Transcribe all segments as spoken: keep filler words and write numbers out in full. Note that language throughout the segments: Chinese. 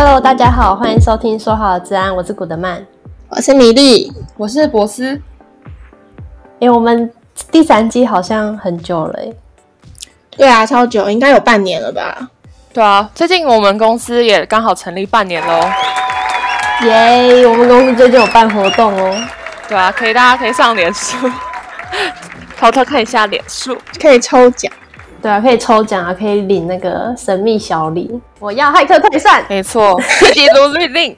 Hello， 大家好，欢迎收听说好的治安，我是古德曼， 我是米莉， 我是博斯。 诶，我们第三季好像很久了诶。 对啊，超久，应该有半年了吧？ 对啊，最近我们公司也刚好成立半年咯。 耶，我们公司最近有办活动哦。 对啊，可以，大家可以上脸书，偷偷看一下脸书， 可以抽奖。 对啊，可以抽奖啊，可以领那个神秘小礼。我要骇客退散。 没错，解读命令。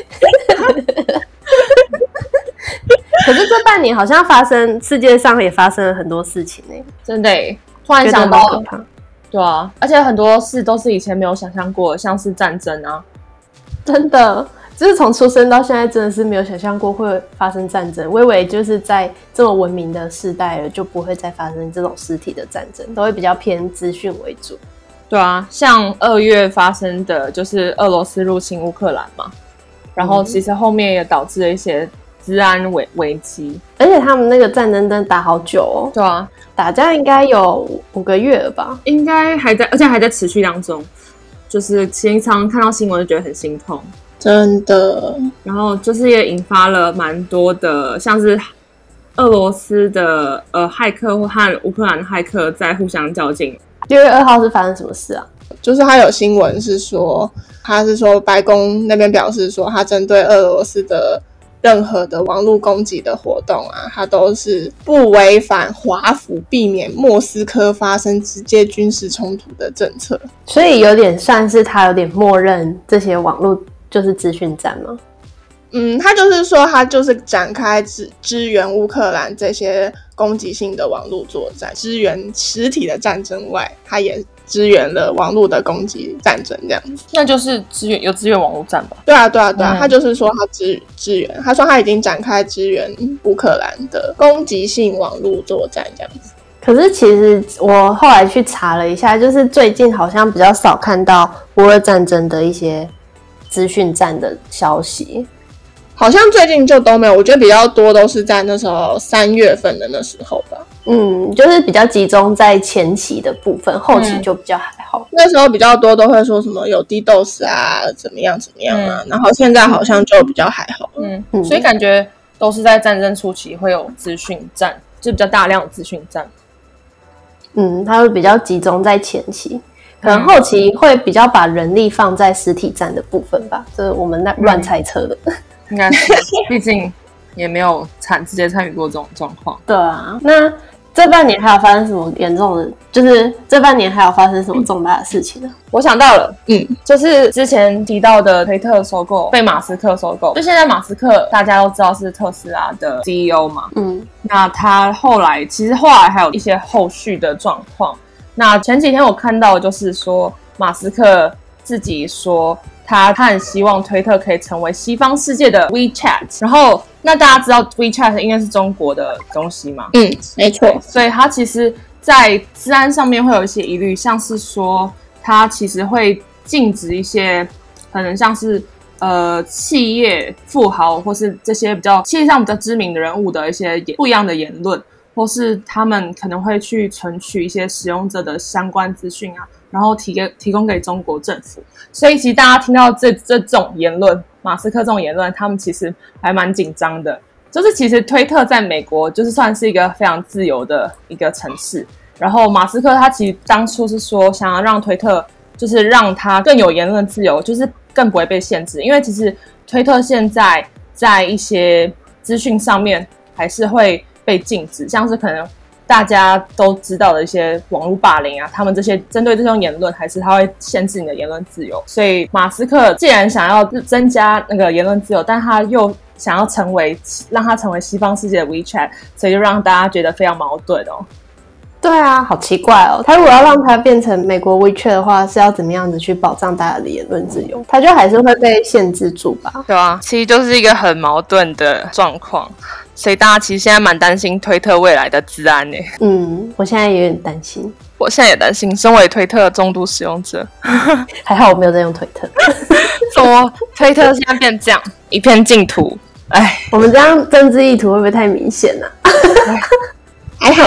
可是这半年好像发生，世界上也发生了很多事情呢、欸。 真的耶，突然想到， 可怕。 对啊，而且很多事都是以前没有想象过的，像是战争啊。 真的，就是从出生到现在，真的是没有想象过会发生战争。我以为就是在这么文明的世代了，就不会再发生这种实体的战争，都会比较偏资讯为主。 对啊，像二月发生的就是俄罗斯入侵乌克兰嘛，然后其实后面也导致了一些治安危危机， 而且他们那个战争真的打好久哦。 对啊， 打架应该有五个月了吧？ 应该还在，而且还在持续当中。就是经常看到新闻就觉得很心痛， 真的。 然后就是也引发了蛮多的，像是俄罗斯的呃骇客或和乌克兰的骇客在互相较劲。 六月二号是发生什么事啊？ 就是他有新闻是说，他是说白宫那边表示说，他针对俄罗斯的任何的网络攻击的活动啊，他都是不违反华府避免莫斯科发生直接军事冲突的政策， 所以有点算是他有点默认这些网络就是资讯战吗？ 嗯，他就是说他就是展开支支援乌克兰这些攻击性的网络作战，支援实体的战争外，他也支援了网络的攻击战争这样子。 那就是支援有支援网络战吧？ 对啊对啊对啊、 嗯、 他就是说他支支援，他说他已经展开支援乌克兰的攻击性网络作战这样子。 可是其实我后来去查了一下，就是最近好像比较少看到乌俄战争的一些资讯战的消息， 好像最近就都没有，我觉得比较多都是在那时候三月份的那时候吧。 嗯，就是比较集中在前期的部分，后期就比较还好。 嗯、那时候比较多都会说什么有 DDoS 啊，怎么样怎么样啊，嗯、然后现在好像就比较还好了。 嗯，嗯所以感觉都是在战争初期会有资讯战，就比较大量的资讯战。 嗯，它会比较集中在前期，可能后期会比较把人力放在实体战的部分吧，这是我们乱猜测的。嗯、 应该是，毕竟也没有参直接参与过这种状况。 对啊，那这半年还有发生什么严重的？就是这半年还有发生什么重大的事情呢？ 我想到了， 嗯， 就是之前提到的推特收购被马斯克收购，就现在马斯克大家都知道是特斯拉的 C E O 嘛， 嗯， 那他后来其实后来还有一些后续的状况。那前几天我看到就是说，马斯克自己说他他很希望推特可以成为西方世界的 WeChat， 然后那大家知道 WeChat 应该是中国的东西嘛？ 嗯，没错。 所以他其实在治安上面会有一些疑虑，像是说他其实会禁止一些可能像是呃企业富豪或是这些比较企业上比较知名的人物的一些不一样的言论，或是他们可能会去存取一些使用者的相关资讯啊，然后提给提供给中国政府。所以其实大家听到这这种言论，马斯克这种言论，他们其实还蛮紧张的。就是其实推特在美国就是算是一个非常自由的一个城市，然后马斯克他其实当初是说想要让推特就是让他更有言论自由，就是更不会被限制，因为其实推特现在在一些资讯上面还是会被禁止，像是可能大家都知道的一些网络霸凌啊，他们这些针对这种言论，还是他会限制你的言论自由。所以马斯克既然想要增加那个言论自由，但他又想要成为让他成为西方世界的 WeChat， 所以就让大家觉得非常矛盾哦。 对啊，好奇怪哦。他如果要让他变成美国 WeChat 的话，是要怎么样子去保障大家的言论自由？他就还是会被限制住吧？ 对啊，其实就是一个很矛盾的状况。所以大家其实现在蛮担心推特未来的治安耶。 嗯，我现在有点担心。 我现在也担心，身为推特的重度使用者， 还好我没有在用推特。 怎么推特现在变这样，一片净土？哎， 我们这样政治意图会不会太明显啊？ 还好，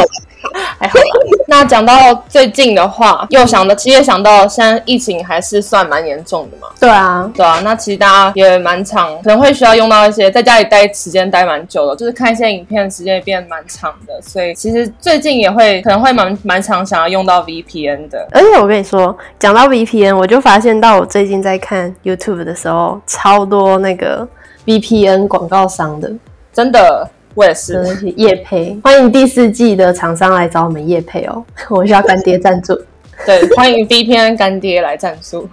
还好啦。那讲到最近的话，又想到，其实也想到现在疫情还是算蛮严重的嘛。 对啊， 对啊，那其实大家也蛮长，可能会需要用到一些在家里待时间待蛮久的，就是看一些影片时间也变蛮长的，所以其实最近也会可能会蛮蛮常想要用到 V P N 的。 而且我跟你说，讲到 V P N， 我就发现到我最近在看 YouTube 的时候，超多那个 V P N 广告商的， 真的。我也是业配，欢迎第四季的厂商来找我们业配哦，我需要干爹赞助。 对，欢迎 V P N 干爹来赞助。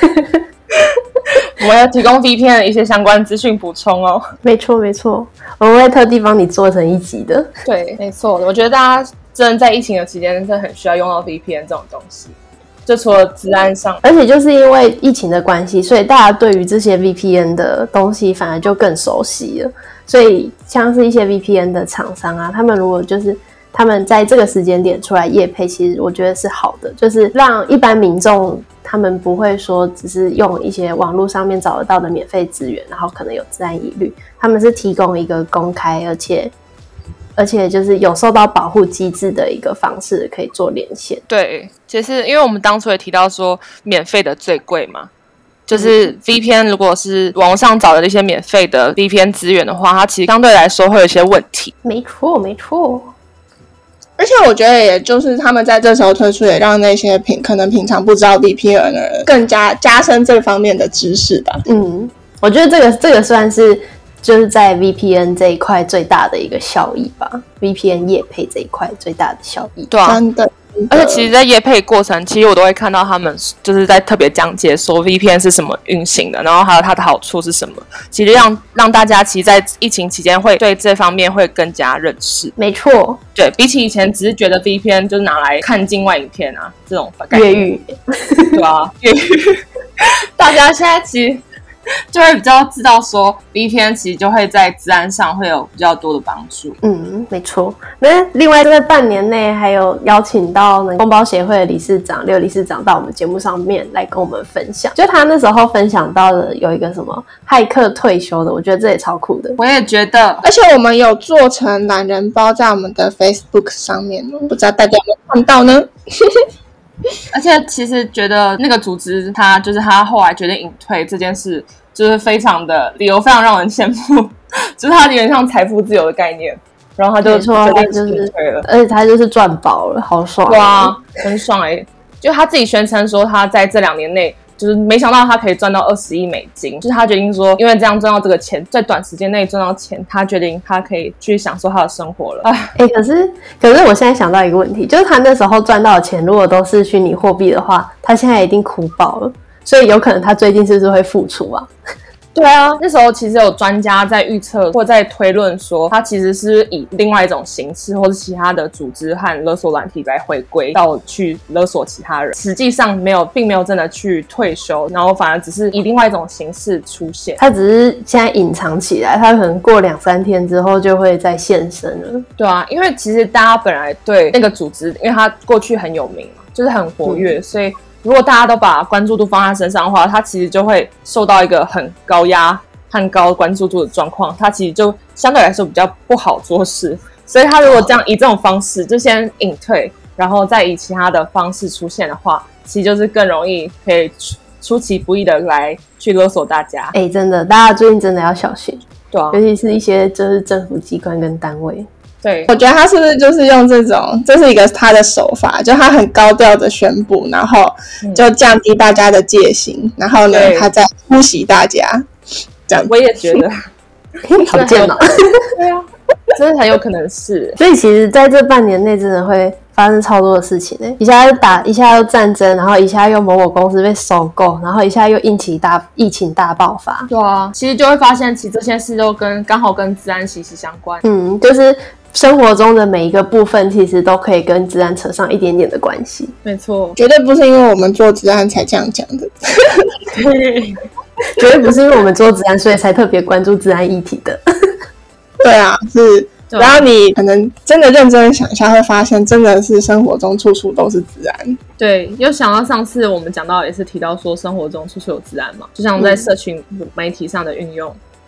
我们要提供 V P N 的一些相关资讯补充哦。 没错没错，我们会特地帮你做成一集的。 对，没错，我觉得大家真的在疫情的期间，真的很需要用到 V P N 这种东西。就除了治安上， 而且就是因为疫情的关系，所以大家对于这些 V P N 的东西反而就更熟悉了。所以像是一些 V P N 的厂商啊，他们如果就是他们在这个时间点出来业配，其实我觉得是好的，就是让一般民众他们不会说只是用一些网络上面找得到的免费资源，然后可能有治安疑虑，他们是提供一个公开而且而且就是有受到保护机制的一个方式可以做连线。 对，其实因为我们当初也提到说免费的最贵嘛，就是 V P N 如果是网络上找的一些免费的 V P N 资源的话，它其实相对来说会有一些问题。 没错没错， 而且我觉得也就是他们在这时候推出，也让那些平可能平常不知道 V P N 的人更加加深这方面的知识吧。 嗯，我觉得这个这个算是就是在 V P N 这一块最大的一个效益吧 ，V P N 业配这一块最大的效益。 对啊， 真的。 而且其实在业配过程，其实我都会看到他们就是在特别讲解说 V P N 是什么运行的，然后还有它的好处是什么，其实让让大家其实在疫情期间会对这方面会更加认识。 没错， 对，比起以前只是觉得 V P N 就是拿来看境外影片啊这种概念， 越狱， 对啊，越狱，大家现在其实就会比较知道说 V P N 其实就会在治安上会有比较多的帮助。 嗯，没错。那另外在半年内还有邀请到公保协会的理事长刘理事长到我们节目上面来跟我们分享，就他那时候分享到的有一个什么骇客退休的，我觉得这也超酷的。 我也觉得， 而且我们有做成懒人包在我们的 Facebook 上面，不知道大家有没有看到呢？ 而且其实觉得那个组织他就是他后来决定隐退这件事，就是非常的理由非常让人羡慕，就是他有点像财富自由的概念，然后他就决定隐退了， 而且他就是赚饱了，好爽、啊！ 哇，很爽哎、欸！就他自己宣称说他在这两年内。就是没想到他可以赚到二十亿美金，就是他决定说，因为这样赚到这个钱，在短时间内赚到钱，他决定他可以去享受他的生活了。哎、 欸，可是可是我现在想到一个问题，就是他那时候赚到的钱，如果都是虚拟货币的话，他现在一定哭爆了，所以有可能他最近是不是会复出啊？ 对啊，那时候其实有专家在预测或在推论说，他其实是以另外一种形式，或是其他的组织和勒索软体来回归到去勒索其他人。实际上没有，并没有真的去退休，然后反而只是以另外一种形式出现。 他只是现在隐藏起来，他可能过两三天之后就会再现身了。 对啊，因为其实大家本来对那个组织，因为他过去很有名嘛，就是很活跃，嗯、所以。如果大家都把关注度放在身上的话，他其实就会受到一个很高压和高关注度的状况，他其实就相对来说比较不好做事。所以他如果这样以这种方式就先隐退，然后再以其他的方式出现的话，其实就是更容易可以出其不意的来去勒索大家。 哎、欸，真的，大家最近真的要小心， 对啊， 尤其是一些就是政府机关跟单位。 对， 我觉得他是不是就是用这种，这是一个他的手法，就他很高调的宣布，然后就降低大家的戒心，然后呢，他再呼袭大家，这样。 我也觉得， 好贱哦。 对啊，真的很有可能是。 所以其实在这半年内，真的会发生超多的事情呢。一下又打，一下又战争，然后一下又某某公司被收购，然后一下又疫情大疫情大爆发。 对啊，其实就会发现，其实这些事都跟刚好跟治安息息相关。 嗯，就是。生活中的每一个部分其实都可以跟治安扯上一点点的关系。 没错， 绝对不是因为我们做治安才这样讲的。 对，绝对不是因为我们做治安所以才特别关注治安议题的。 对啊，是。然后你可能真的认真想一下，会发现真的是生活中处处都是治安。 对，有想到上次我们讲到也是提到说，生活中处处有治安嘛，就像在社群媒体上的运用。嗯，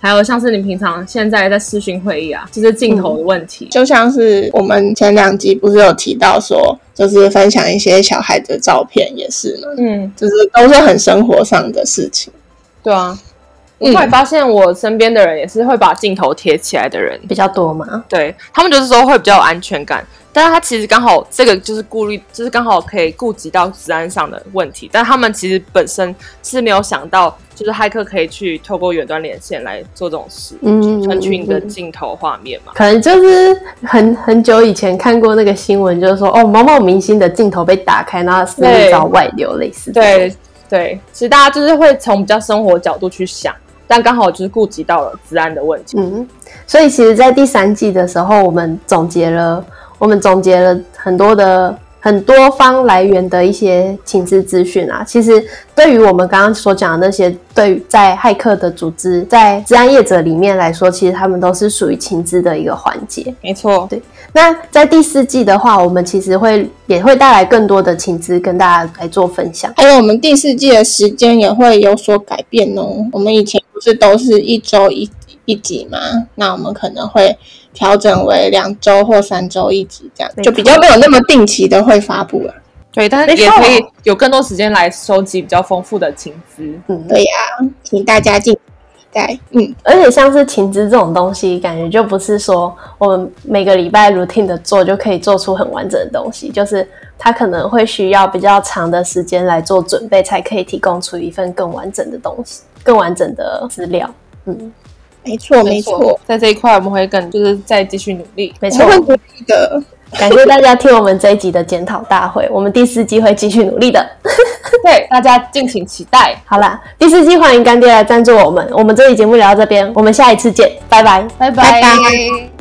还有像是你平常现在在视讯会议啊，就是镜头的问题、 嗯、就像是我们前两集不是有提到说就是分享一些小孩的照片也是嘛，嗯，就是都是很生活上的事情。 对啊，我后来发现我身边的人也是会把镜头贴起来的人比较多嘛， 对，他们就是说会比较有安全感，但是他其实刚好这个就是顾虑，就是刚好可以顾及到治安上的问题，但他们其实本身是没有想到，就是骇客可以去透过远端连线来做这种事，嗯，存取你的镜头画面嘛。 可能就是很很久以前看过那个新闻，就是说哦某某明星的镜头被打开，然后私密照外流，类似对对，其实大家就是会从比较生活角度去想。但刚好就是顾及到了治安的问题， 嗯，所以其实在第三季的时候，我们总结了，我们总结了很多的很多方来源的一些情资资讯啊。其实对于我们刚刚所讲的那些，对于在骇客的组织，在治安业者里面来说，其实他们都是属于情资的一个环节。 没错， 对。那在第四季的话，我们其实会也会带来更多的情资跟大家来做分享。 还有我们第四季的时间也会有所改变哦。我们以前不是都是一周一一集吗？那我们可能会调整为两周或三周一集，这样就比较没有那么定期的会发布了。 对，但是也可以有更多时间来收集比较丰富的情资。 嗯，对呀、啊，请大家敬对， 嗯，而且像是情资这种东西，感觉就不是说我们每个礼拜 routine 的做就可以做出很完整的东西，就是它可能会需要比较长的时间来做准备，才可以提供出一份更完整的东西，更完整的资料。嗯， 没错没错， 在这一块我们会更就是再继续努力， 没错， 会努力的。 感谢大家听我们这一集的检讨大会，我们第四季会继续努力的。 对，大家敬请期待。 好啦，第四季欢迎干爹来赞助我们，我们这期节目聊到这边，我们下一次见，拜拜， 拜拜。拜拜。